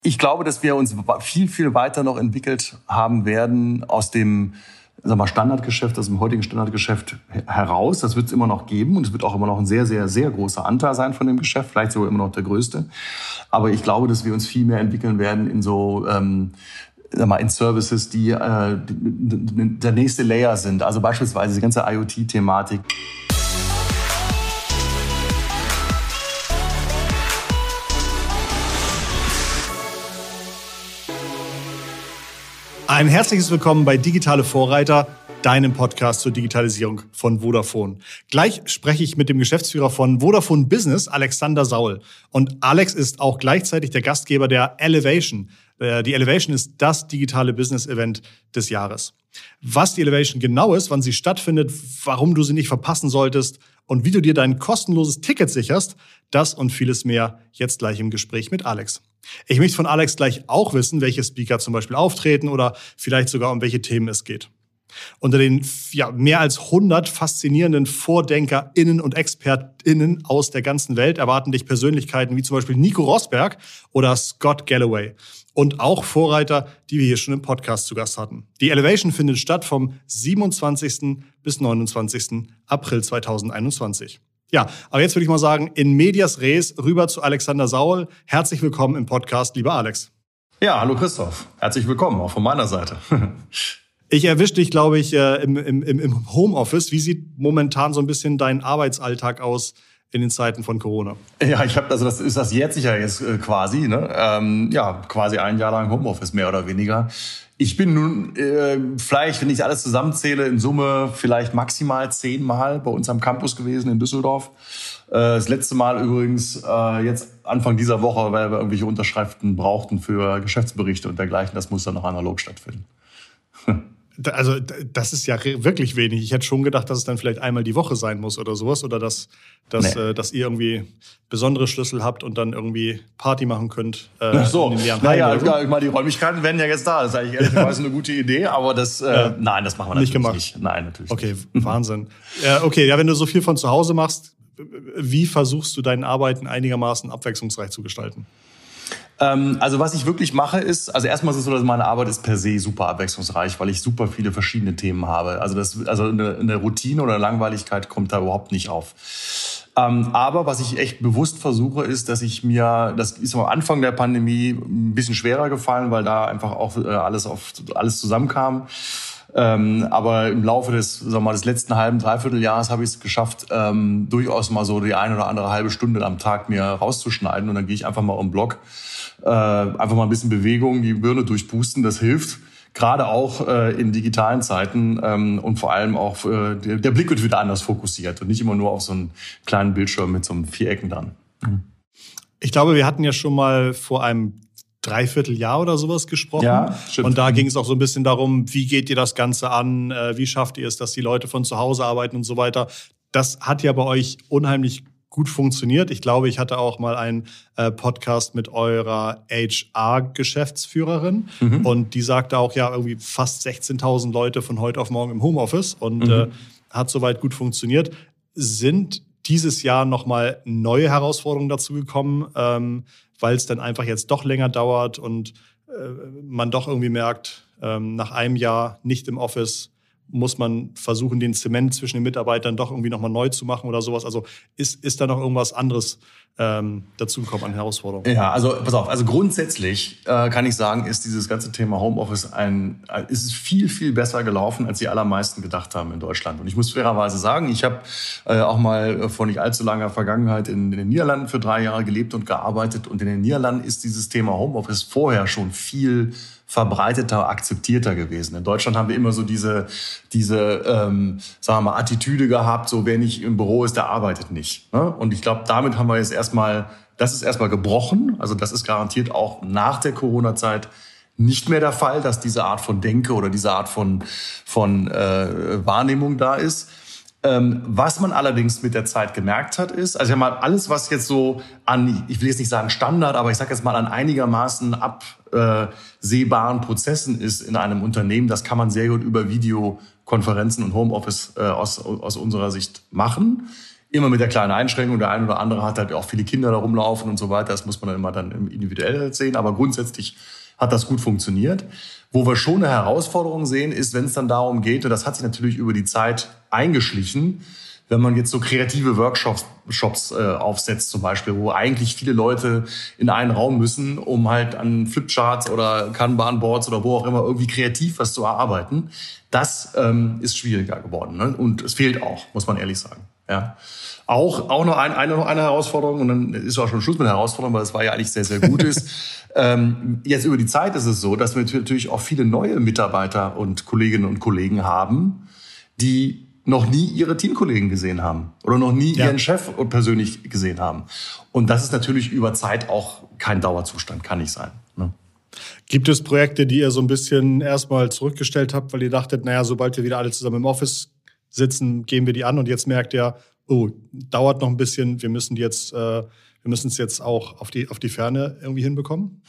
Ich glaube, dass wir uns viel, viel weiter noch entwickelt haben werden aus dem Standardgeschäft, aus dem heutigen Standardgeschäft heraus. Das wird es immer noch geben und es wird auch immer noch ein sehr, sehr, sehr großer Anteil sein von dem Geschäft, vielleicht sogar immer noch der größte. Aber ich glaube, dass wir uns viel mehr entwickeln werden in so in Services, die der nächste Layer sind. Also beispielsweise die ganze IoT-Thematik. Ein herzliches Willkommen bei Digitale Vorreiter, deinem Podcast zur Digitalisierung von Vodafone. Gleich spreche ich mit dem Geschäftsführer von Vodafone Business, Alexander Saul. Und Alex ist auch gleichzeitig der Gastgeber der Elevation. Die Elevation ist das digitale Business-Event des Jahres. Was die Elevation genau ist, wann sie stattfindet, warum du sie nicht verpassen solltest und wie du dir dein kostenloses Ticket sicherst, das und vieles mehr jetzt gleich im Gespräch mit Alex. Ich möchte von Alex gleich auch wissen, welche Speaker zum Beispiel auftreten oder vielleicht sogar um welche Themen es geht. Unter den mehr als 100 faszinierenden VordenkerInnen und ExpertInnen aus der ganzen Welt erwarten dich Persönlichkeiten wie zum Beispiel Nico Rosberg oder Scott Galloway. Und auch Vorreiter, die wir hier schon im Podcast zu Gast hatten. Die Elevation findet statt vom 27. bis 29. April 2021. Ja, aber jetzt würde ich mal sagen, in medias res rüber zu Alexander Saul. Herzlich willkommen im Podcast, lieber Alex. Ja, hallo Christoph. Herzlich willkommen, auch von meiner Seite. Ich erwische dich, glaube ich, im Homeoffice. Wie sieht momentan so ein bisschen dein Arbeitsalltag aus in den Zeiten von Corona? Ja, das jährt sich ja jetzt quasi, ne? Quasi ein Jahr lang Homeoffice, mehr oder weniger. Ich bin nun vielleicht, wenn ich alles zusammenzähle, in Summe vielleicht maximal 10-mal bei uns am Campus gewesen in Düsseldorf. Das letzte Mal übrigens jetzt Anfang dieser Woche, weil wir irgendwelche Unterschriften brauchten für Geschäftsberichte und dergleichen. Das muss dann noch analog stattfinden. Also das ist ja wirklich wenig. Ich hätte schon gedacht, dass es dann vielleicht einmal die Woche sein muss oder sowas. Oder dass ihr irgendwie besondere Schlüssel habt und dann irgendwie Party machen könnt. In den leeren Hallen oder so. Ich meine, die Räumlichkeiten werden ja jetzt da. Das ist eigentlich ehrlicherweise eine gute Idee. Aber nein, das machen wir natürlich nicht. Nein, natürlich nicht. Okay, nicht. Wahnsinn. Okay, wenn du so viel von zu Hause machst, wie versuchst du dein Arbeiten einigermaßen abwechslungsreich zu gestalten? Also was ich wirklich mache ist, also erstmal ist es so, dass meine Arbeit ist per se super abwechslungsreich, weil ich super viele verschiedende Themen habe. Also eine Routine oder Langweiligkeit kommt da überhaupt nicht auf. Aber was ich echt bewusst versuche, ist, dass ich mir, das ist am Anfang der Pandemie ein bisschen schwerer gefallen, weil da einfach auch alles zusammenkam. Aber im Laufe des letzten halben, dreiviertel Jahres habe ich es geschafft, durchaus mal so die eine oder andere halbe Stunde am Tag mir rauszuschneiden. Und dann gehe ich einfach mal um den Block, einfach mal ein bisschen Bewegung, die Birne durchpusten, das hilft. Gerade auch in digitalen Zeiten und vor allem auch der Blick wird wieder anders fokussiert und nicht immer nur auf so einen kleinen Bildschirm mit so einem Vierecken dran. Ich glaube, wir hatten ja schon mal vor einem Dreivierteljahr oder sowas gesprochen. Ja, stimmt. Und da ging es auch so ein bisschen darum, wie geht ihr das Ganze an, wie schafft ihr es, dass die Leute von zu Hause arbeiten und so weiter. Das hat ja bei euch unheimlich gut funktioniert. Ich glaube, ich hatte auch mal einen Podcast mit eurer HR-Geschäftsführerin und die sagte auch, ja, irgendwie fast 16.000 Leute von heute auf morgen im Homeoffice und hat soweit gut funktioniert. Sind dieses Jahr nochmal neue Herausforderungen dazu gekommen, weil es dann einfach jetzt doch länger dauert und man doch irgendwie merkt, nach einem Jahr nicht im Office muss man versuchen, den Zement zwischen den Mitarbeitern doch irgendwie nochmal neu zu machen oder sowas. Also ist da noch irgendwas anderes dazugekommen an Herausforderungen? Ja, also pass auf, also grundsätzlich kann ich sagen, ist dieses ganze Thema Homeoffice ist es viel, viel besser gelaufen, als die allermeisten gedacht haben in Deutschland. Und ich muss fairerweise sagen, ich habe auch mal vor nicht allzu langer Vergangenheit in den Niederlanden für 3 Jahre gelebt und gearbeitet. Und in den Niederlanden ist dieses Thema Homeoffice vorher schon viel verbreiteter, akzeptierter gewesen. In Deutschland haben wir immer so diese sagen wir mal, Attitüde gehabt, so wer nicht im Büro ist, der arbeitet nicht. Ne? Und ich glaube, damit haben wir jetzt das ist erstmal gebrochen. Also das ist garantiert auch nach der Corona-Zeit nicht mehr der Fall, dass diese Art von Denke oder diese Art von Wahrnehmung da ist. Was man allerdings mit der Zeit gemerkt hat, ist, also ja mal alles, was jetzt so an, ich will jetzt nicht sagen Standard, aber ich sage jetzt mal an einigermaßen absehbaren Prozessen ist in einem Unternehmen, das kann man sehr gut über Videokonferenzen und Homeoffice aus unserer Sicht machen. Immer mit der kleinen Einschränkung, der eine oder andere hat halt auch viele Kinder da rumlaufen und so weiter. Das muss man dann immer dann individuell sehen. Aber grundsätzlich hat das gut funktioniert. Wo wir schon eine Herausforderung sehen, ist, wenn es dann darum geht, und das hat sich natürlich über die Zeit eingeschlichen, wenn man jetzt so kreative Workshops aufsetzt zum Beispiel, wo eigentlich viele Leute in einen Raum müssen, um halt an Flipcharts oder Kanban-Boards oder wo auch immer irgendwie kreativ was zu erarbeiten. Das ist schwieriger geworden, ne? Und es fehlt auch, muss man ehrlich sagen. Ja. Auch noch eine Herausforderung, und dann ist auch schon Schluss mit der Herausforderung, weil es war ja eigentlich sehr, sehr gut ist. Jetzt über die Zeit ist es so, dass wir natürlich auch viele neue Mitarbeiter und Kolleginnen und Kollegen haben, die noch nie ihre Teamkollegen gesehen haben oder noch nie ihren Chef persönlich gesehen haben. Und das ist natürlich über Zeit auch kein Dauerzustand, kann nicht sein. Ne? Gibt es Projekte, die ihr so ein bisschen erstmal zurückgestellt habt, weil ihr dachtet, naja, sobald wir wieder alle zusammen im Office sitzen, gehen wir die an, und jetzt merkt ihr, oh, dauert noch ein bisschen, wir müssen es jetzt auch auf die Ferne irgendwie hinbekommen?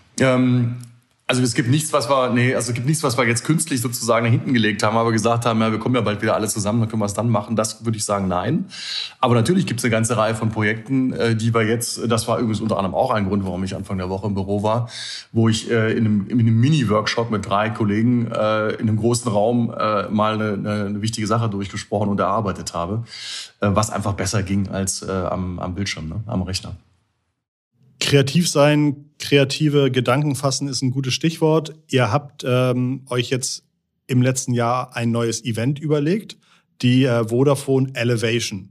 Also es gibt nichts, was wir jetzt künstlich sozusagen nach hinten gelegt haben, aber gesagt haben, ja, wir kommen ja bald wieder alle zusammen, dann können wir es dann machen. Das würde ich sagen, nein. Aber natürlich gibt es eine ganze Reihe von Projekten, die wir jetzt, das war übrigens unter anderem auch ein Grund, warum ich Anfang der Woche im Büro war, wo ich in einem Mini-Workshop mit 3 Kollegen in einem großen Raum mal eine wichtige Sache durchgesprochen und erarbeitet habe, was einfach besser ging als am Bildschirm, ne, am Rechner. Kreativ sein, kreative Gedanken fassen ist ein gutes Stichwort. Ihr habt euch jetzt im letzten Jahr ein neues Event überlegt, die Vodafone Elevation.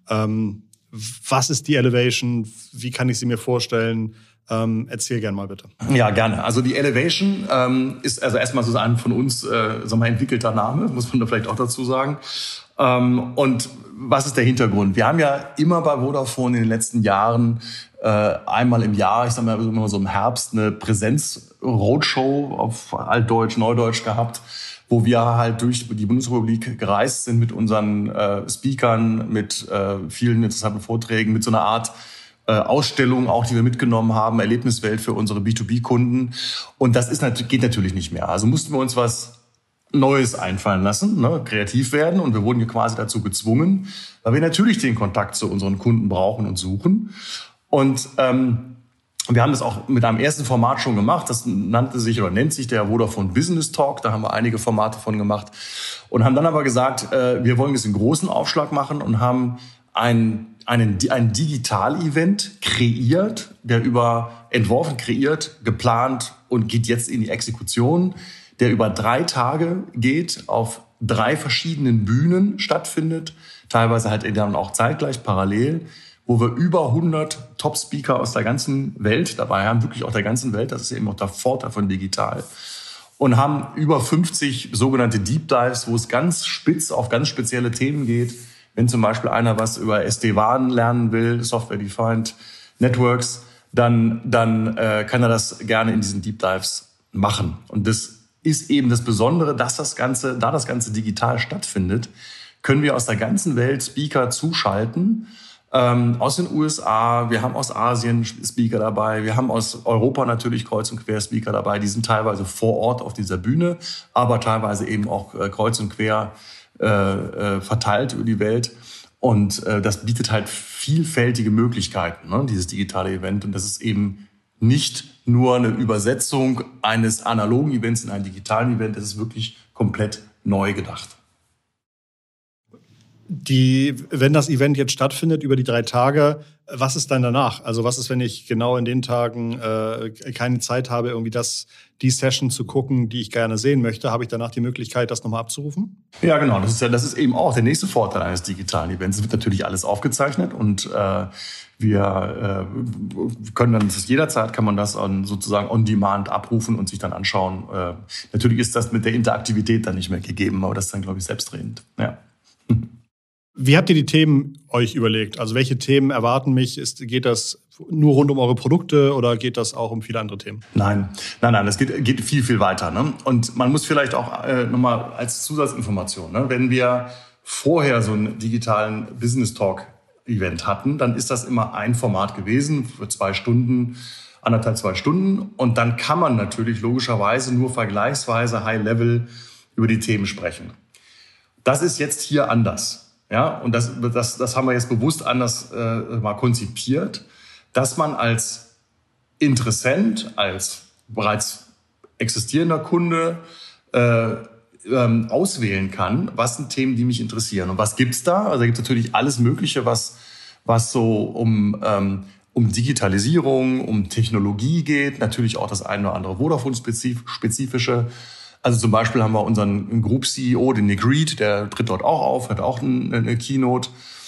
Was ist die Elevation? Wie kann ich sie mir vorstellen? Erzähl gerne mal bitte. Ja, gerne. Also die Elevation ist also erstmal so ein von uns entwickelter Name, muss man da vielleicht auch dazu sagen. Und was ist der Hintergrund? Wir haben ja immer bei Vodafone in den letzten Jahren einmal im Jahr, ich sag mal immer so im Herbst, eine Präsenz-Roadshow auf Altdeutsch, Neudeutsch gehabt, wo wir halt durch die Bundesrepublik gereist sind mit unseren Speakern, mit vielen interessanten Vorträgen, mit so einer Art Ausstellung auch, die wir mitgenommen haben, Erlebniswelt für unsere B2B-Kunden. Und das geht natürlich nicht mehr. Also mussten wir uns was Neues einfallen lassen, ne, kreativ werden. Und wir wurden ja quasi dazu gezwungen, weil wir natürlich den Kontakt zu unseren Kunden brauchen und suchen. Und wir haben das auch mit einem ersten Format schon gemacht. Das nennt sich der Vodafone Business Talk. Da haben wir einige Formate von gemacht. Und haben dann aber gesagt, wir wollen jetzt einen großen Aufschlag machen und haben ein Digital-Event kreiert, entworfen, kreiert, geplant und geht jetzt in die Exekution, der über 3 Tage geht, auf 3 verschiedenen Bühnen stattfindet, teilweise halt dann auch zeitgleich parallel, wo wir über 100 Top-Speaker aus der ganzen Welt dabei haben, wirklich auch der ganzen Welt, das ist eben auch der Vorteil von digital, und haben über 50 sogenannte Deep Dives, wo es ganz spitz auf ganz spezielle Themen geht. Wenn zum Beispiel einer was über SD-WAN lernen will, Software-Defined Networks, dann kann er das gerne in diesen Deep Dives machen. Und das ist eben das Besondere, dass das Ganze digital stattfindet, können wir aus der ganzen Welt Speaker zuschalten. Aus den USA, wir haben aus Asien Speaker dabei, wir haben aus Europa natürlich kreuz und quer Speaker dabei. Die sind teilweise vor Ort auf dieser Bühne, aber teilweise eben auch kreuz und quer verteilt über die Welt. Und das bietet halt vielfältige Möglichkeiten, ne, dieses digitale Event. Und das ist eben nicht nur eine Übersetzung eines analogen Events in ein digitalen Event, das ist wirklich komplett neu gedacht. Wenn das Event jetzt stattfindet über die 3 Tage, was ist dann danach? Also was ist, wenn ich genau in den Tagen keine Zeit habe, irgendwie die Session zu gucken, die ich gerne sehen möchte? Habe ich danach die Möglichkeit, das nochmal abzurufen? Ja, genau. Das ist eben auch der nächste Vorteil eines digitalen Events. Es wird natürlich alles aufgezeichnet und wir können dann jederzeit kann man das sozusagen on demand abrufen und sich dann anschauen. Natürlich ist das mit der Interaktivität dann nicht mehr gegeben, aber das ist dann, glaube ich, selbstredend. Ja. Wie habt ihr die Themen euch überlegt? Also welche Themen erwarten mich? Geht das nur rund um eure Produkte oder geht das auch um viele andere Themen? Nein, das geht viel, viel weiter. Ne? Und man muss vielleicht auch nochmal als Zusatzinformation, ne? Wenn wir vorher so einen digitalen Business Talk Event hatten, dann ist das immer ein Format gewesen für 2 Stunden, 2 Stunden. Und dann kann man natürlich logischerweise nur vergleichsweise High-Level über die Themen sprechen. Das ist jetzt hier anders. ja, und das haben wir jetzt bewusst anders mal konzipiert, dass man als Interessent, als bereits existierender Kunde auswählen kann, was sind Themen, die mich interessieren. Und was gibt's da? Also da gibt's natürlich alles Mögliche, was so um Digitalisierung, um Technologie geht. Natürlich auch das eine oder andere Vodafone-spezifische. Also zum Beispiel haben wir unseren Group-CEO, den Nick Reed, der tritt dort auch auf, hat auch eine Keynote.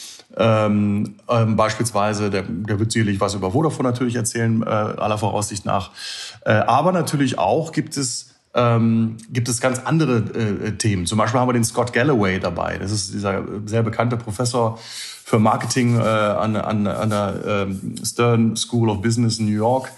Beispielsweise, der wird sicherlich was über Vodafone natürlich erzählen, aller Voraussicht nach. Aber natürlich auch gibt es ganz andere Themen. Zum Beispiel haben wir den Scott Galloway dabei. Das ist dieser sehr bekannte Professor für Marketing an der Stern School of Business in New York.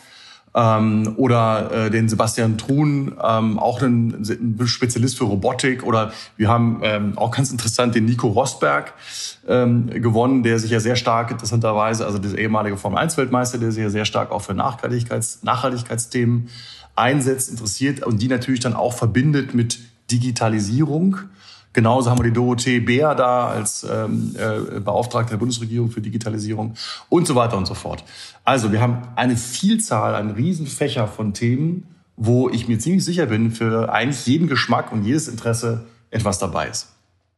Oder den Sebastian Truhn, auch ein Spezialist für Robotik. Oder wir haben auch ganz interessant den Nico Rosberg gewonnen, der sich ja sehr stark, interessanterweise, also der ehemalige Formel-1-Weltmeister, der sich ja sehr stark auch für Nachhaltigkeitsthemen einsetzt, interessiert und die natürlich dann auch verbindet mit Digitalisierung. Genauso haben wir die Dorothee Beer da als Beauftragte der Bundesregierung für Digitalisierung und so weiter und so fort. Also wir haben eine Vielzahl, einen Riesenfächer von Themen, wo ich mir ziemlich sicher bin, für eigentlich jeden Geschmack und jedes Interesse etwas dabei ist.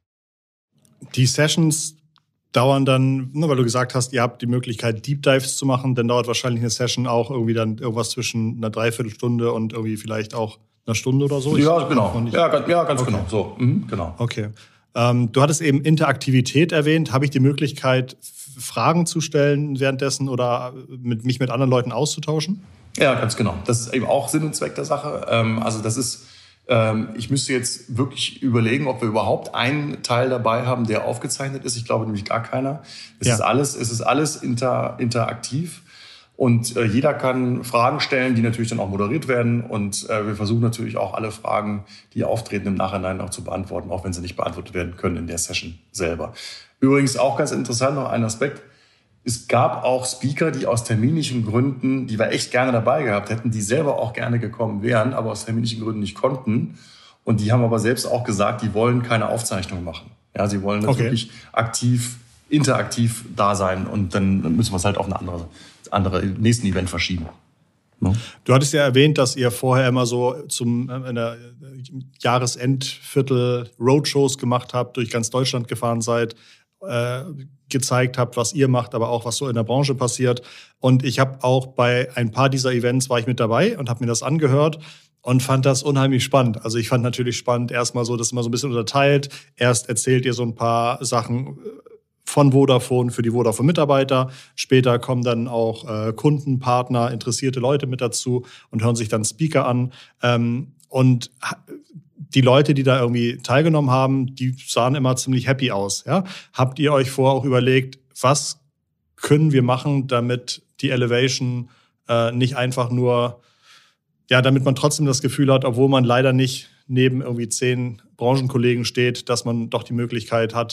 Die Sessions dauern dann, weil du gesagt hast, ihr habt die Möglichkeit, Deep Dives zu machen, dann dauert wahrscheinlich eine Session auch irgendwie dann irgendwas zwischen einer Dreiviertelstunde und irgendwie vielleicht auch einer Stunde oder so? Ja, genau. Ja, ganz okay. Genau. So, genau. Okay. Du hattest eben Interaktivität erwähnt. Habe ich die Möglichkeit, Fragen zu stellen währenddessen oder mich mit anderen Leuten auszutauschen? Ja, ganz genau. Das ist eben auch Sinn und Zweck der Sache. Also das ist, ich müsste jetzt wirklich überlegen, ob wir überhaupt einen Teil dabei haben, der aufgezeichnet ist. Ich glaube nämlich gar keiner. Es ist alles interaktiv. Und jeder kann Fragen stellen, die natürlich dann auch moderiert werden. Und wir versuchen natürlich auch alle Fragen, die auftreten, im Nachhinein auch zu beantworten, auch wenn sie nicht beantwortet werden können in der Session selber. Übrigens auch ganz interessant, noch ein Aspekt. Es gab auch Speaker, die aus terminischen Gründen, die wir echt gerne dabei gehabt hätten, die selber auch gerne gekommen wären, aber aus terminischen Gründen nicht konnten. Und die haben aber selbst auch gesagt, die wollen keine Aufzeichnung machen. Ja, sie wollen natürlich interaktiv da sein. Und dann müssen wir es halt auf eine andere nächsten Event verschieben. No? Du hattest ja erwähnt, dass ihr vorher immer so zum Jahresendviertel Roadshows gemacht habt, durch ganz Deutschland gefahren seid, gezeigt habt, was ihr macht, aber auch was so in der Branche passiert. Und ich habe auch bei ein paar dieser Events war ich mit dabei und habe mir das angehört und fand das unheimlich spannend. Also ich fand natürlich spannend, erstmal so, das immer so ein bisschen unterteilt. Erst erzählt ihr so ein paar Sachen von Vodafone für die Vodafone-Mitarbeiter. Später kommen dann auch Kunden, Partner, interessierte Leute mit dazu und hören sich dann Speaker an. Und die Leute, die da irgendwie teilgenommen haben, die sahen immer ziemlich happy aus. Ja? Habt ihr euch vorher auch überlegt, was können wir machen, damit die Elevation nicht einfach nur, ja, damit man trotzdem das Gefühl hat, obwohl man leider nicht neben irgendwie 10 Branchenkollegen steht, dass man doch die Möglichkeit hat,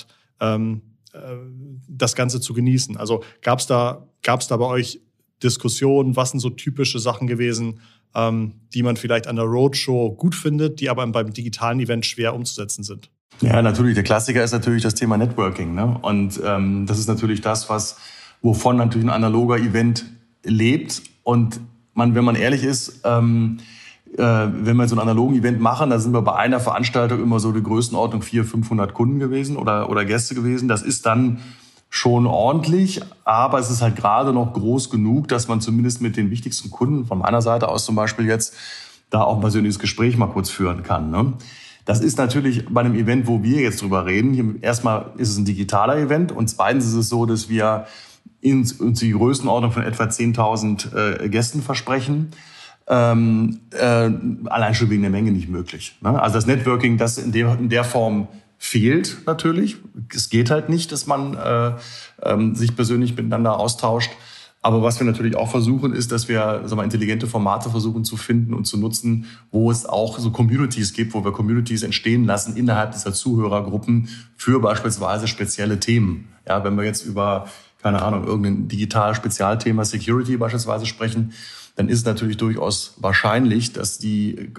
das Ganze zu genießen. Also gab's da bei euch Diskussionen, was sind so typische Sachen gewesen, die man vielleicht an der Roadshow gut findet, die aber beim digitalen Event schwer umzusetzen sind? Ja, natürlich. Der Klassiker ist natürlich das Thema Networking. Ne? Und das ist natürlich das, wovon natürlich ein analoger Event lebt. Und wenn man ehrlich ist, wenn wir so einen analogen Event machen, da sind wir bei einer Veranstaltung immer so die Größenordnung 400-500 Kunden gewesen oder Gäste gewesen. Das ist dann schon ordentlich, aber es ist halt gerade noch groß genug, dass man zumindest mit den wichtigsten Kunden von meiner Seite aus zum Beispiel jetzt da auch ein persönliches Gespräch mal kurz führen kann. Ne? Das ist natürlich bei einem Event, wo wir jetzt drüber reden. Erstmal ist es ein digitaler Event und zweitens ist es so, dass wir uns die Größenordnung von etwa 10.000 Gästen versprechen. Allein schon wegen der Menge nicht möglich. Ne? Also das Networking, das in der Form fehlt natürlich. Es geht halt nicht, dass man sich persönlich miteinander austauscht. Aber was wir natürlich auch versuchen, ist, dass wir intelligente Formate versuchen zu finden und zu nutzen, wo es auch so Communities gibt, wo wir Communities entstehen lassen innerhalb dieser Zuhörergruppen für beispielsweise spezielle Themen. Ja, wenn wir jetzt über, keine Ahnung, irgendein digital Spezialthema Security beispielsweise sprechen, dann ist es natürlich durchaus wahrscheinlich, dass die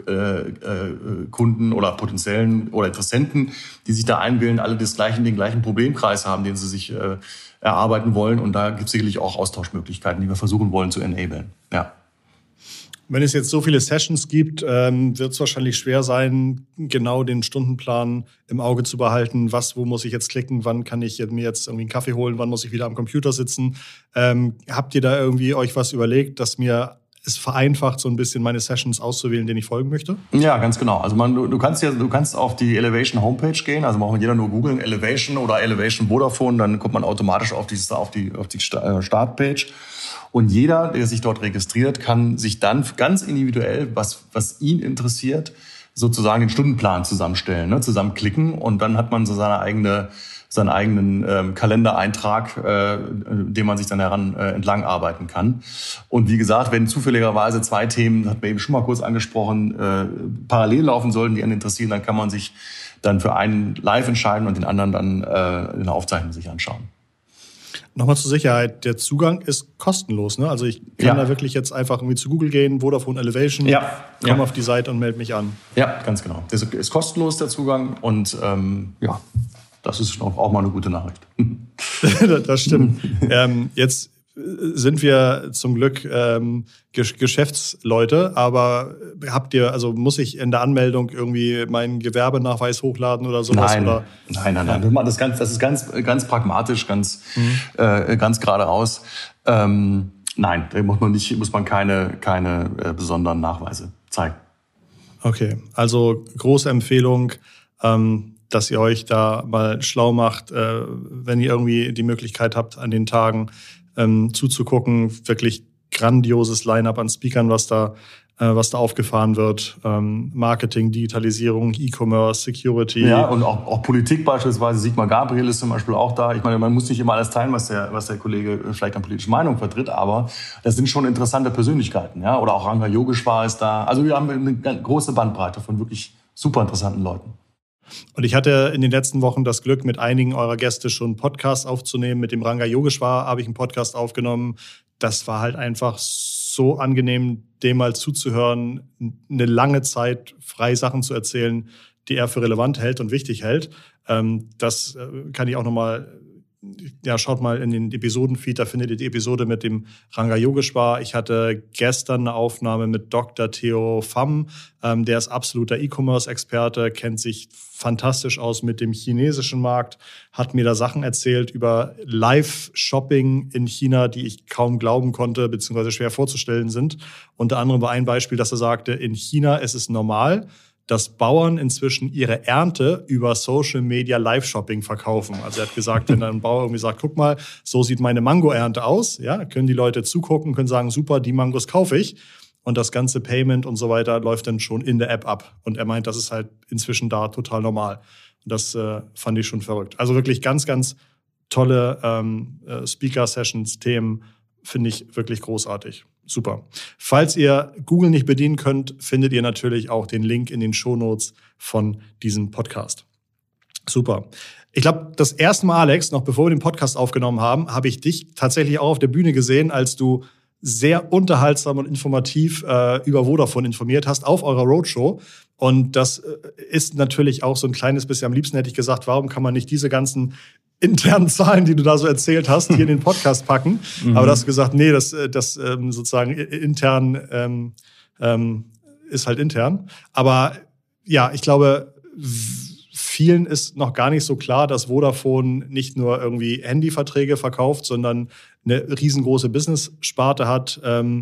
Kunden oder potenziellen oder Interessenten, die sich da einwählen, alle den gleichen Problemkreis haben, den sie sich erarbeiten wollen. Und da gibt es sicherlich auch Austauschmöglichkeiten, die wir versuchen wollen zu enablen. Ja. Wenn es jetzt so viele Sessions gibt, wird es wahrscheinlich schwer sein, genau den Stundenplan im Auge zu behalten. Wo muss ich jetzt klicken? Wann kann ich mir jetzt irgendwie einen Kaffee holen? Wann muss ich wieder am Computer sitzen? Habt ihr da irgendwie euch was überlegt, dass mir es vereinfacht, so ein bisschen meine Sessions auszuwählen, denen ich folgen möchte? Ja, ganz genau. Also du kannst auf die Elevation Homepage gehen. Also braucht jeder nur googeln, Elevation oder Elevation Vodafone, dann kommt man automatisch auf die Startpage. Und jeder, der sich dort registriert, kann sich dann ganz individuell, was ihn interessiert, sozusagen den Stundenplan zusammenstellen, ne? Zusammenklicken, und dann hat man so seinen eigenen Kalendereintrag, den man sich dann entlang arbeiten kann. Und wie gesagt, wenn zufälligerweise 2 Themen, hat man eben schon mal kurz angesprochen, parallel laufen sollten, die einen interessieren, dann kann man sich dann für einen live entscheiden und den anderen dann in der Aufzeichnung sich anschauen. Nochmal zur Sicherheit, der Zugang ist kostenlos, ne? Also ich kann da wirklich jetzt einfach irgendwie zu Google gehen, Vodafone Elevation, komme auf die Seite und melde mich an. Ja, ganz genau. Das ist kostenlos, der Zugang, und das ist auch mal eine gute Nachricht. Das stimmt. Jetzt sind wir zum Glück Geschäftsleute, aber muss ich in der Anmeldung irgendwie meinen Gewerbenachweis hochladen oder sowas? Nein, oder? Nein. Das ist ganz pragmatisch, ganz gerade raus. Nein, da muss man keine besonderen Nachweise zeigen. Okay, also große Empfehlung, dass ihr euch da mal schlau macht, wenn ihr irgendwie die Möglichkeit habt, an den Tagen zuzugucken. Wirklich grandioses Line-up an Speakern, was da aufgefahren wird. Marketing, Digitalisierung, E-Commerce, Security. Ja, und auch Politik beispielsweise. Sigmar Gabriel ist zum Beispiel auch da. Ich meine, man muss nicht immer alles teilen, was der Kollege vielleicht an politischer Meinung vertritt, aber das sind schon interessante Persönlichkeiten. Ja? Oder auch Ranga Yogeshwar ist da. Also wir haben eine große Bandbreite von wirklich super interessanten Leuten. Und ich hatte in den letzten Wochen das Glück, mit einigen eurer Gäste schon Podcasts aufzunehmen. Mit dem Ranga Yogeshwar habe ich einen Podcast aufgenommen. Das war halt einfach so angenehm, dem mal zuzuhören, eine lange Zeit frei Sachen zu erzählen, die er für relevant hält und wichtig hält. Das kann ich auch nochmal, schaut mal in den Episodenfeed, da findet ihr die Episode mit dem Ranga Yogeshwar. Ich hatte gestern eine Aufnahme mit Dr. Theo Pham, der ist absoluter E-Commerce-Experte, kennt sich fantastisch aus mit dem chinesischen Markt, hat mir da Sachen erzählt über Live-Shopping in China, die ich kaum glauben konnte, beziehungsweise schwer vorzustellen sind. Unter anderem war ein Beispiel, dass er sagte, in China ist es normal, dass Bauern inzwischen ihre Ernte über Social Media Live-Shopping verkaufen. Also er hat gesagt, wenn ein Bauer irgendwie sagt, guck mal, so sieht meine Mango-Ernte aus, ja, können die Leute zugucken, können sagen, super, die Mangos kaufe ich. Und das ganze Payment und so weiter läuft dann schon in der App ab. Und er meint, das ist halt inzwischen da total normal. Und das fand ich schon verrückt. Also wirklich ganz, ganz tolle Speaker-Sessions, Themen, finde ich wirklich großartig. Super. Falls ihr Google nicht bedienen könnt, findet ihr natürlich auch den Link in den Shownotes von diesem Podcast. Super. Ich glaube, das erste Mal, Alex, noch bevor wir den Podcast aufgenommen haben, habe ich dich tatsächlich auch auf der Bühne gesehen, als du sehr unterhaltsam und informativ über Vodafone informiert hast auf eurer Roadshow. Und das ist natürlich auch so ein kleines bisschen, am liebsten hätte ich gesagt, warum kann man nicht diese ganzen internen Zahlen, die du da so erzählt hast, hier in den Podcast packen. Aber du hast gesagt, nee, das sozusagen intern ist halt intern. Aber ja, ich glaube, vielen ist noch gar nicht so klar, dass Vodafone nicht nur irgendwie Handyverträge verkauft, sondern eine riesengroße Business-Sparte hat.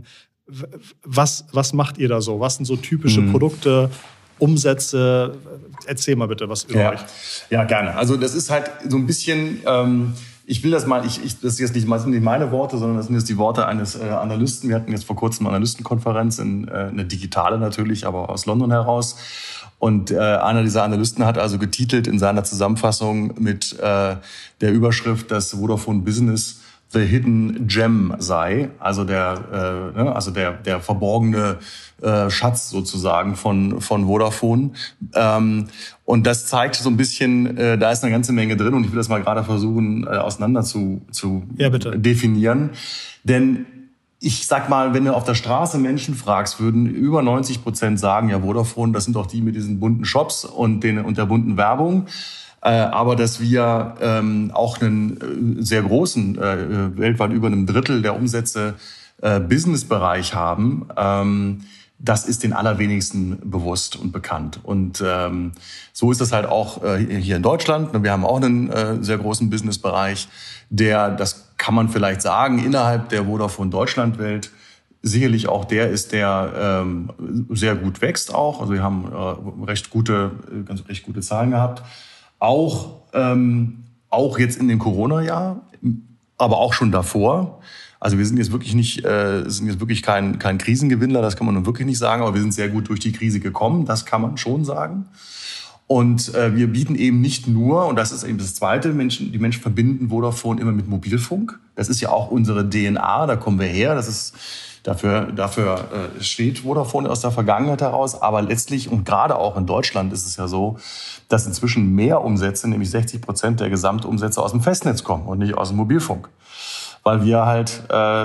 Was macht ihr da so? Was sind so typische Produkte, Umsätze? Erzähl mal bitte was über euch. Ja, gerne. Also das ist halt so ein bisschen, ich will das mal, das ist jetzt nicht meine Worte, sondern das sind jetzt die Worte eines Analysten. Wir hatten jetzt vor kurzem eine Analystenkonferenz, eine digitale natürlich, aber aus London heraus. Und einer dieser Analysten hat also getitelt in seiner Zusammenfassung mit der Überschrift, dass Vodafone Business the hidden gem sei, also der verborgene Schatz sozusagen von Vodafone. Und das zeigt so ein bisschen, da ist eine ganze Menge drin, und ich will das mal gerade versuchen auseinander zu definieren. Denn ich sag mal, wenn du auf der Straße Menschen fragst, würden über 90% sagen, ja, Vodafone, das sind doch die mit diesen bunten Shops und der bunten Werbung. Aber dass wir auch einen sehr großen, weltweit über einem Drittel der Umsätze Business-Bereich haben, das ist den allerwenigsten bewusst und bekannt. Und so ist das halt auch hier in Deutschland. Wir haben auch einen sehr großen Business-Bereich, das kann man vielleicht sagen, innerhalb der Vodafone Deutschland-Welt sicherlich auch der ist, der sehr gut wächst auch. Also wir haben recht gute Zahlen gehabt. Auch jetzt in dem Corona-Jahr, aber auch schon davor. Also wir sind jetzt wirklich kein Krisengewinnler, das kann man nun wirklich nicht sagen, aber wir sind sehr gut durch die Krise gekommen, das kann man schon sagen. Und wir bieten eben nicht nur, und das ist eben das Zweite, die Menschen verbinden Vodafone immer mit Mobilfunk. Das ist ja auch unsere DNA, da kommen wir her, dafür steht Vodafone aus der Vergangenheit heraus. Aber letztlich und gerade auch in Deutschland ist es ja so, dass inzwischen mehr Umsätze, nämlich 60% der Gesamtumsätze aus dem Festnetz kommen und nicht aus dem Mobilfunk. Weil wir halt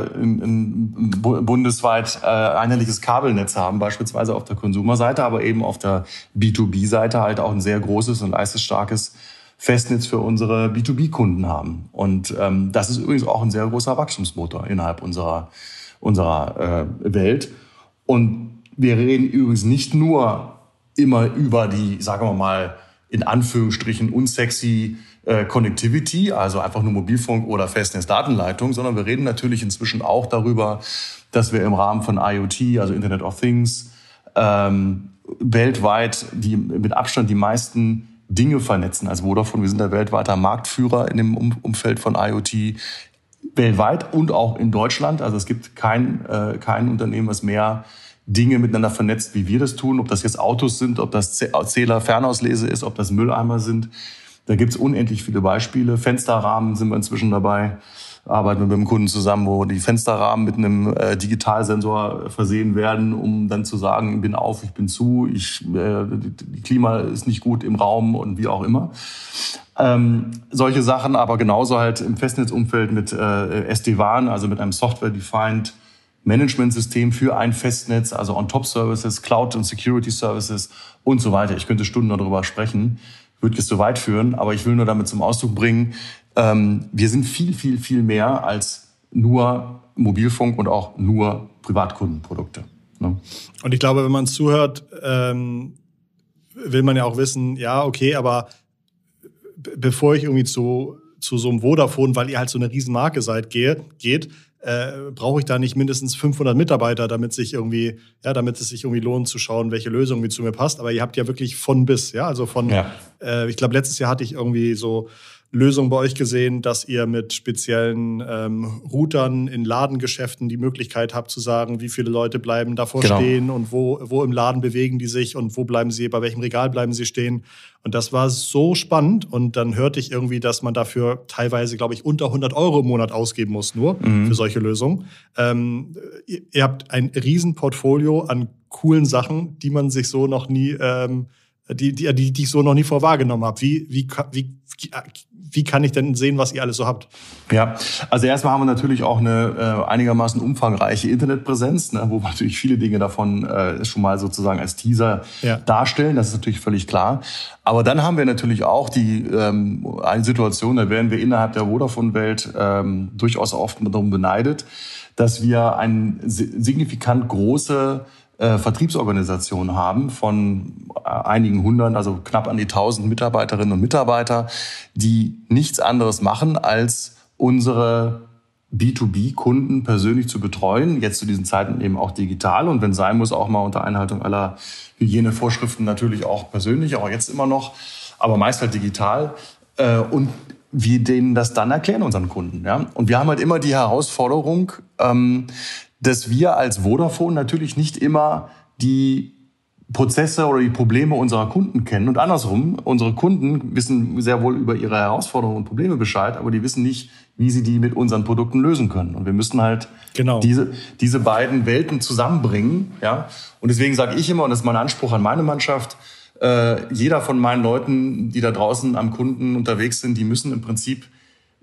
bundesweit einheitliches Kabelnetz haben, beispielsweise auf der Konsumerseite, aber eben auf der B2B-Seite halt auch ein sehr großes und leistungsstarkes Festnetz für unsere B2B-Kunden haben. Und das ist übrigens auch ein sehr großer Wachstumsmotor innerhalb unserer Welt. Und wir reden übrigens nicht nur immer über die, sagen wir mal, in Anführungsstrichen unsexy Connectivity, also einfach nur Mobilfunk oder Festnetzdatenleitung, sondern wir reden natürlich inzwischen auch darüber, dass wir im Rahmen von IoT, also Internet of Things, weltweit mit Abstand die meisten Dinge vernetzen. Also Vodafone, wir sind der weltweite Marktführer in dem Umfeld von IoT, weltweit und auch in Deutschland. Also es gibt kein Unternehmen, was mehr Dinge miteinander vernetzt, wie wir das tun. Ob das jetzt Autos sind, ob das Zähler, Fernauslese ist, ob das Mülleimer sind. Da gibt es unendlich viele Beispiele. Fensterrahmen sind wir inzwischen dabei. Arbeiten wir mit einem Kunden zusammen, wo die Fensterrahmen mit einem Digitalsensor versehen werden, um dann zu sagen, ich bin auf, ich bin zu, die Klima ist nicht gut im Raum und wie auch immer. Solche Sachen, aber genauso halt im Festnetzumfeld mit SD-WAN, also mit einem Software-Defined Management-System für ein Festnetz, also On-Top-Services, Cloud- und Security-Services und so weiter. Ich könnte Stunden darüber sprechen, würde jetzt so weit führen, aber ich will nur damit zum Ausdruck bringen, wir sind viel, viel, viel mehr als nur Mobilfunk und auch nur Privatkundenprodukte. Ne? Und ich glaube, wenn man zuhört, will man ja auch wissen, ja, okay, aber bevor ich irgendwie zu so einem Vodafone, weil ihr halt so eine Riesenmarke seid, geht, brauche ich da nicht mindestens 500 Mitarbeiter, damit es sich irgendwie lohnt zu schauen, welche Lösung irgendwie zu mir passt. Aber ihr habt ja wirklich von bis, ja, also ich glaube, letztes Jahr hatte ich irgendwie so Lösung bei euch gesehen, dass ihr mit speziellen Routern in Ladengeschäften die Möglichkeit habt zu sagen, wie viele Leute bleiben davor stehen und wo im Laden bewegen die sich und bei welchem Regal bleiben sie stehen. Und das war so spannend. Und dann hörte ich irgendwie, dass man dafür teilweise, glaube ich, unter 100 € im Monat ausgeben muss nur für solche Lösungen. Ihr habt ein Riesenportfolio an coolen Sachen, die man sich so noch nie die ich so noch nie vor wahrgenommen habe. Wie kann ich denn sehen, was ihr alles so habt? Ja, also erstmal haben wir natürlich auch eine einigermaßen umfangreiche Internetpräsenz, ne, wo wir natürlich viele Dinge davon schon mal sozusagen als Teaser darstellen. Das ist natürlich völlig klar. Aber dann haben wir natürlich auch eine Situation, da werden wir innerhalb der Vodafone-Welt durchaus oft darum beneidet, dass wir eine signifikant große Vertriebsorganisationen haben von einigen hundert, also knapp an die 1000 Mitarbeiterinnen und Mitarbeiter, die nichts anderes machen, als unsere B2B-Kunden persönlich zu betreuen, jetzt zu diesen Zeiten eben auch digital und wenn sein muss, auch mal unter Einhaltung aller Hygienevorschriften natürlich auch persönlich, auch jetzt immer noch, aber meist halt digital. Und wir denen das dann erklären, unseren Kunden. Ja? Und wir haben halt immer die Herausforderung, dass wir als Vodafone natürlich nicht immer die Prozesse oder die Probleme unserer Kunden kennen. Und andersrum, unsere Kunden wissen sehr wohl über ihre Herausforderungen und Probleme Bescheid, aber die wissen nicht, wie sie die mit unseren Produkten lösen können. Und wir müssen halt diese beiden Welten zusammenbringen. Ja? Und deswegen sage ich immer, und das ist mein Anspruch an meine Mannschaft, jeder von meinen Leuten, die da draußen am Kunden unterwegs sind, die müssen im Prinzip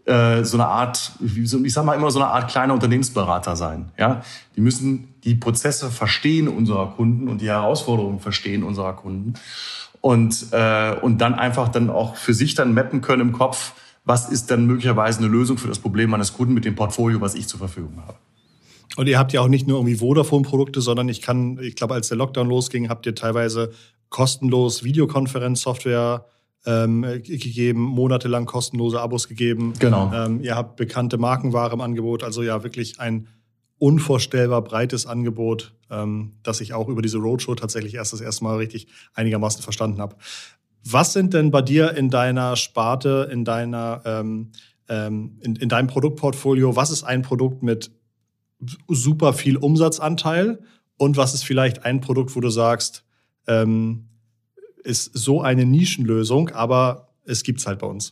so eine Art, ich sag mal immer so eine Art kleiner Unternehmensberater sein. Ja? Die müssen die Prozesse verstehen unserer Kunden und die Herausforderungen verstehen unserer Kunden und dann einfach dann auch für sich dann mappen können im Kopf, was ist dann möglicherweise eine Lösung für das Problem meines Kunden mit dem Portfolio, was ich zur Verfügung habe. Und ihr habt ja auch nicht nur irgendwie Vodafone-Produkte, sondern ich glaube, als der Lockdown losging, habt ihr teilweise kostenlos Videokonferenzsoftware gegeben, monatelang kostenlose Abos gegeben. Genau. Ihr habt bekannte Markenware im Angebot, also ja wirklich ein unvorstellbar breites Angebot, das ich auch über diese Roadshow tatsächlich das erste Mal richtig einigermaßen verstanden habe. Was sind denn bei dir in deiner Sparte, in deinem Produktportfolio, was ist ein Produkt mit super viel Umsatzanteil und was ist vielleicht ein Produkt, wo du sagst, ist so eine Nischenlösung, aber es gibt's halt bei uns?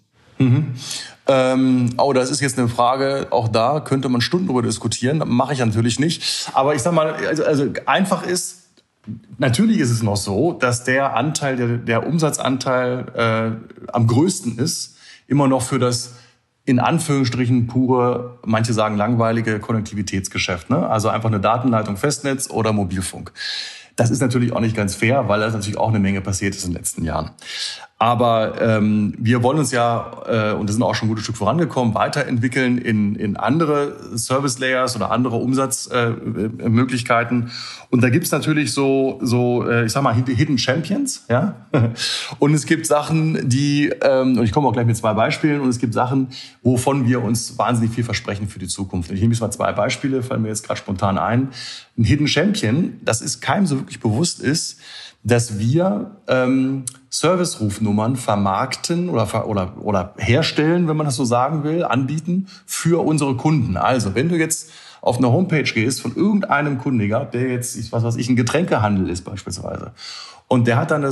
Das ist jetzt eine Frage, auch da könnte man Stunden drüber diskutieren, mache ich natürlich nicht. Aber ich sag mal, also einfach ist, natürlich ist es noch so, dass der Anteil, der Umsatzanteil am größten ist, immer noch für das in Anführungsstrichen pure, manche sagen langweilige Konnektivitätsgeschäft, ne? Also einfach eine Datenleitung Festnetz oder Mobilfunk. Das ist natürlich auch nicht ganz fair, weil da natürlich auch eine Menge passiert ist in den letzten Jahren. Aber wir wollen uns ja, und da sind auch schon ein gutes Stück vorangekommen, weiterentwickeln in andere Service Layers oder andere Umsatzmöglichkeiten. Und da gibt's natürlich so ich sag mal, Hidden Champions. Ja? Und es gibt Sachen, die, und ich komme auch gleich mit 2 Beispielen, und es gibt Sachen, wovon wir uns wahnsinnig viel versprechen für die Zukunft. Ich nehme jetzt mal 2 Beispiele, fallen mir jetzt gerade spontan ein. Ein Hidden Champion, das ist keinem so wirklich bewusst ist, dass wir Service-Rufnummern vermarkten oder herstellen, wenn man das so sagen will, anbieten für unsere Kunden. Also, wenn du jetzt auf eine Homepage gehst von irgendeinem Kundiger, der jetzt, ein Getränkehandel ist beispielsweise, und der hat dann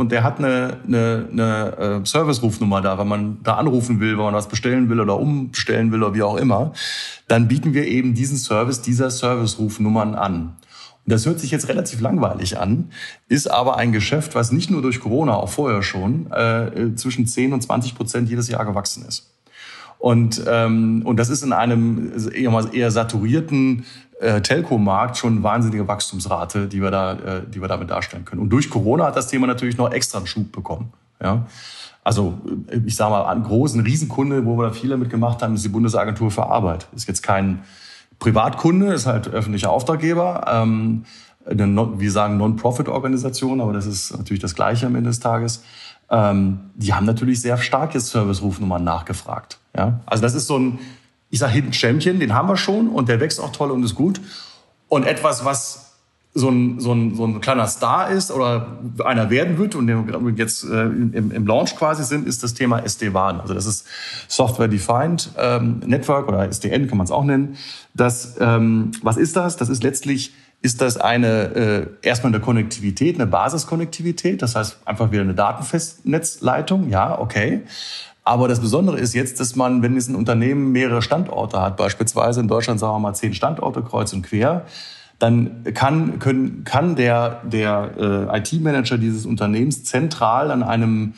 eine Service-Rufnummer da, wenn man da anrufen will, wenn man was bestellen will oder umbestellen will oder wie auch immer, dann bieten wir eben diesen Service dieser Service-Rufnummern an. Das hört sich jetzt relativ langweilig an, ist aber ein Geschäft, was nicht nur durch Corona, auch vorher schon, zwischen 10% und 20% jedes Jahr gewachsen ist. Und das ist in einem eher saturierten Telco-Markt schon eine wahnsinnige Wachstumsrate, die wir damit darstellen können. Und durch Corona hat das Thema natürlich noch extra einen Schub bekommen. Ja? Also ich sage mal, ein Riesenkunde, wo wir da viel damit gemacht haben, ist die Bundesagentur für Arbeit. Ist jetzt kein Privatkunde, ist halt öffentlicher Auftraggeber. Wir sagen Non-Profit-Organisation, aber das ist natürlich das Gleiche am Ende des Tages. Die haben natürlich sehr stark jetzt Service-Rufnummern nachgefragt. Ja? Also das ist so ein, ich sage Hidden Champion, den haben wir schon und der wächst auch toll und ist gut. Und etwas, was so ein kleiner Star ist oder einer werden wird und der jetzt im Launch quasi sind, ist das Thema SD-WAN. Also das ist Software-Defined Network oder SDN kann man es auch nennen. Was ist das? Das ist letztlich erstmal eine Konnektivität, eine Basiskonnektivität. Das heißt einfach wieder eine Datenfestnetzleitung. Ja, okay. Aber das Besondere ist jetzt, dass man, wenn jetzt ein Unternehmen mehrere Standorte hat, beispielsweise in Deutschland sagen wir mal 10 Standorte kreuz und quer, dann kann der IT-Manager dieses Unternehmens zentral an einem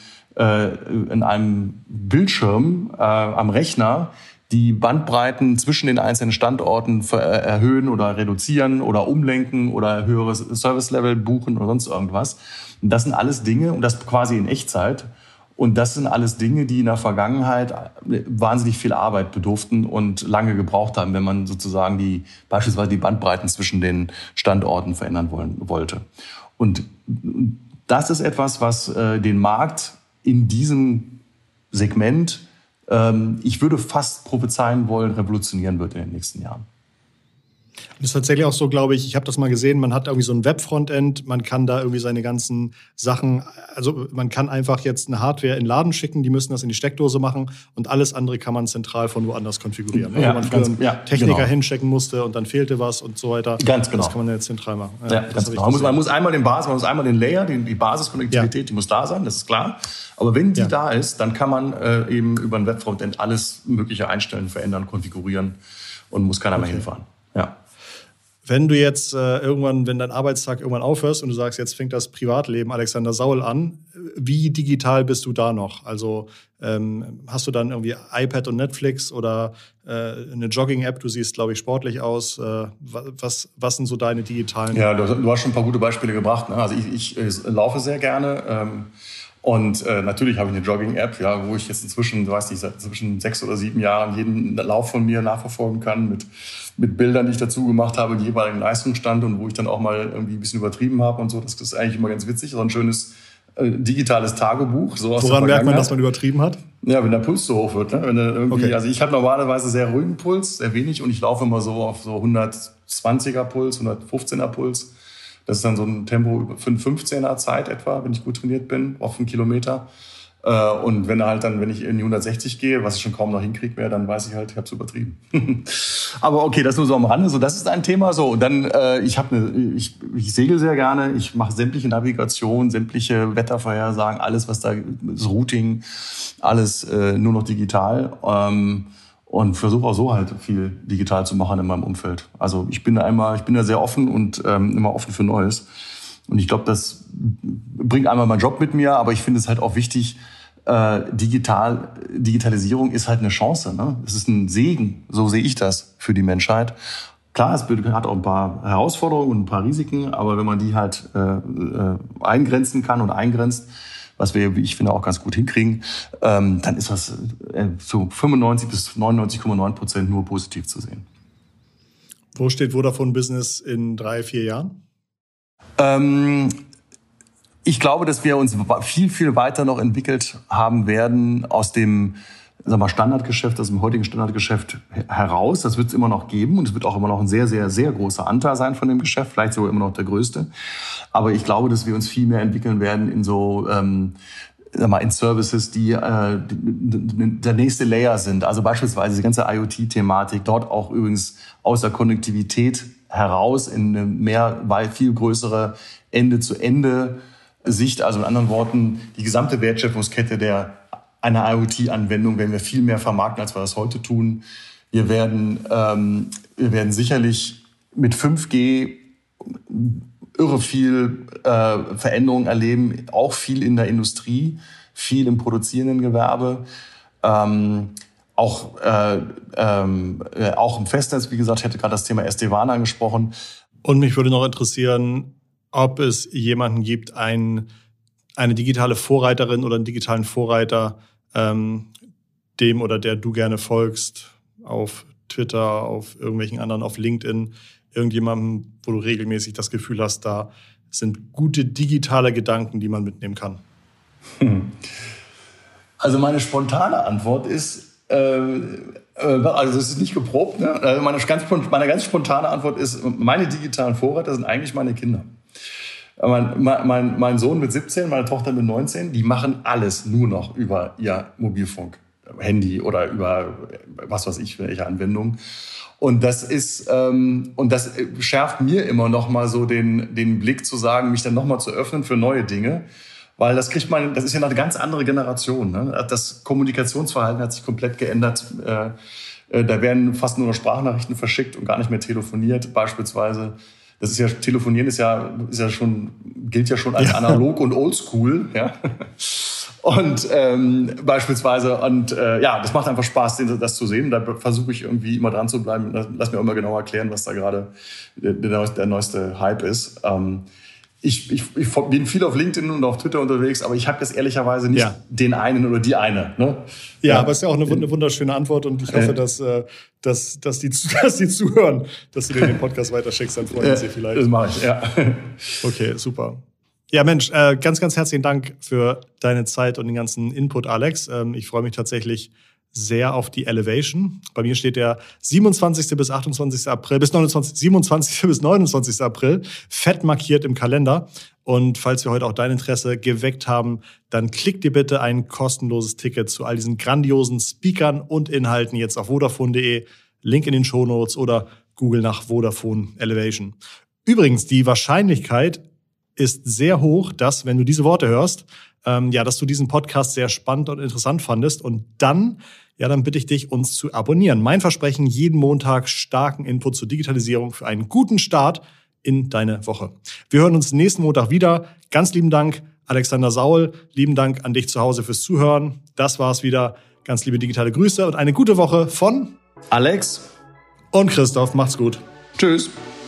Bildschirm am Rechner die Bandbreiten zwischen den einzelnen Standorten erhöhen oder reduzieren oder umlenken oder höheres Service-Level buchen oder sonst irgendwas. Und das sind alles Dinge, und das quasi in Echtzeit. Und das sind alles Dinge, die in der Vergangenheit wahnsinnig viel Arbeit bedurften und lange gebraucht haben, wenn man sozusagen beispielsweise die Bandbreiten zwischen den Standorten verändern wollte. Und das ist etwas, was den Markt in diesem Segment, ich würde fast prophezeien wollen, revolutionieren wird in den nächsten Jahren. Das ist tatsächlich auch so, glaube ich habe das mal gesehen, man hat irgendwie so ein Web-Frontend, man kann da irgendwie seine ganzen Sachen, also man kann einfach jetzt eine Hardware in den Laden schicken, die müssen das in die Steckdose machen und alles andere kann man zentral von woanders konfigurieren. Ja, wo man früher einen Techniker hinschicken musste und dann fehlte was und so weiter. Ganz genau. Das kann man jetzt zentral machen. Ja, ganz genau. Man muss einmal den Layer, die Basiskonnektivität, die muss da sein, das ist klar. Aber wenn die da ist, dann kann man eben über ein Web-Frontend alles Mögliche einstellen, verändern, konfigurieren und muss keiner mehr hinfahren. Ja. Wenn du jetzt wenn dein Arbeitstag irgendwann aufhörst und du sagst, jetzt fängt das Privatleben Alexander Saul an, wie digital bist du da noch? Also hast du dann irgendwie iPad und Netflix oder eine Jogging-App? Du siehst, glaube ich, sportlich aus. Was sind so deine digitalen? Ja, du hast schon ein paar gute Beispiele gebracht. Ne? Also ich laufe sehr gerne. Und natürlich habe ich eine Jogging-App, ja, wo ich jetzt inzwischen, zwischen 6 oder 7 Jahren jeden Lauf von mir nachverfolgen kann mit Bildern, die ich dazu gemacht habe, den jeweiligen Leistungsstand und wo ich dann auch mal irgendwie ein bisschen übertrieben habe und so. Das ist eigentlich immer ganz witzig. So ein schönes digitales Tagebuch. So aus Woran merkt man, dass man übertrieben hat? Ja, wenn der Puls so hoch wird. Ne? Wenn irgendwie, okay. Also ich habe normalerweise sehr ruhigen Puls, sehr wenig, und ich laufe immer so auf so 120er Puls, 115er Puls. Das ist dann so ein Tempo für eine 15er Zeit etwa, wenn ich gut trainiert bin, auf einen Kilometer. Und wenn ich in die 160 gehe, was ich schon kaum noch hinkriege mehr, dann weiß ich halt, ich habe es übertrieben. Aber okay, das nur so am Rande. So, das ist ein Thema. So, und dann ich segel sehr gerne. Ich mache sämtliche Navigation, sämtliche Wettervorhersagen, alles, was da, das Routing, alles nur noch digital. Und versuche auch so halt viel digital zu machen in meinem Umfeld. Also ich bin da sehr offen und immer offen für Neues. Und ich glaube, das bringt einmal meinen Job mit mir, aber ich finde es halt auch wichtig, Digitalisierung ist halt eine Chance. Ne? Es ist ein Segen, so sehe ich das, für die Menschheit. Klar, es hat auch ein paar Herausforderungen und ein paar Risiken, aber wenn man die halt eingrenzen kann und eingrenzt, was wir, wie ich finde, auch ganz gut hinkriegen, dann ist das zu 95 bis 99,9% nur positiv zu sehen. Wo steht Vodafone Business in 3-4 Jahren? Ich glaube, dass wir uns viel, viel weiter noch entwickelt haben werden aus dem Standardgeschäft, aus dem heutigen Standardgeschäft heraus. Das wird es immer noch geben und es wird auch immer noch ein sehr, sehr, sehr großer Anteil sein von dem Geschäft, vielleicht sogar immer noch der größte. Aber ich glaube, dass wir uns viel mehr entwickeln werden in so in Services, die der nächste Layer sind. Also beispielsweise die ganze IoT-Thematik, dort auch übrigens aus der Konnektivität heraus in eine viel größere Ende-zu-Ende-Sicht. Also in anderen Worten, die gesamte Wertschöpfungskette einer IoT-Anwendung werden wir viel mehr vermarkten, als wir das heute tun. Wir werden sicherlich mit 5G irre viel Veränderungen erleben, auch viel in der Industrie, viel im produzierenden Gewerbe, auch im Festnetz. Wie gesagt, ich hätte gerade das Thema SD-WAN angesprochen. Und mich würde noch interessieren, ob es jemanden gibt, eine digitale Vorreiterin oder einen digitalen Vorreiter, dem oder der du gerne folgst, auf Twitter, auf irgendwelchen anderen, auf LinkedIn, irgendjemandem, wo du regelmäßig das Gefühl hast, da sind gute digitale Gedanken, die man mitnehmen kann? Also meine spontane Antwort ist, also es ist nicht geprobt, ne? Also meine ganz spontane Antwort ist, meine digitalen Vorreiter sind eigentlich meine Kinder. Mein Sohn mit 17, meine Tochter mit 19, die machen alles nur noch über ihr Mobilfunk, Handy oder über was weiß ich, welche Anwendung. Und das schärft mir immer noch mal so den Blick zu sagen, mich dann noch mal zu öffnen für neue Dinge. Weil das ist ja noch eine ganz andere Generation. Ne? Das Kommunikationsverhalten hat sich komplett geändert. Da werden fast nur noch Sprachnachrichten verschickt und gar nicht mehr telefoniert, beispielsweise. Das ist ja, Telefonieren gilt ja schon als analog und oldschool, ja. Und beispielsweise, das macht einfach Spaß, das zu sehen. Da versuche ich irgendwie immer dran zu bleiben. Lass mir auch immer genau erklären, was da gerade der neueste Hype ist. Ich bin viel auf LinkedIn und auf Twitter unterwegs, aber ich habe jetzt ehrlicherweise nicht den einen oder die eine. Ne? Ja, aber es ist ja auch eine wunderschöne Antwort und ich hoffe, dass die zuhören, dass du den Podcast weiterschickst, dann freuen sie vielleicht. Das mache ich, ja. Okay, super. Ja, Mensch, ganz, ganz herzlichen Dank für deine Zeit und den ganzen Input, Alex. Ich freue mich tatsächlich sehr auf die Elevation. Bei mir steht der 27. bis 29. April, 27. bis 29. April, fett markiert im Kalender. Und falls wir heute auch dein Interesse geweckt haben, dann klick dir bitte ein kostenloses Ticket zu all diesen grandiosen Speakern und Inhalten jetzt auf Vodafone.de, Link in den Shownotes oder Google nach Vodafone Elevation. Übrigens, die Wahrscheinlichkeit ist sehr hoch, dass, wenn du diese Worte hörst, dass du diesen Podcast sehr spannend und interessant fandest. Und dann bitte ich dich, uns zu abonnieren. Mein Versprechen, jeden Montag starken Input zur Digitalisierung für einen guten Start in deine Woche. Wir hören uns nächsten Montag wieder. Ganz lieben Dank Alexander Saul, lieben Dank an dich zu Hause fürs Zuhören. Das war's wieder. Ganz liebe digitale Grüße und eine gute Woche von Alex und Christoph. Macht's gut. Tschüss.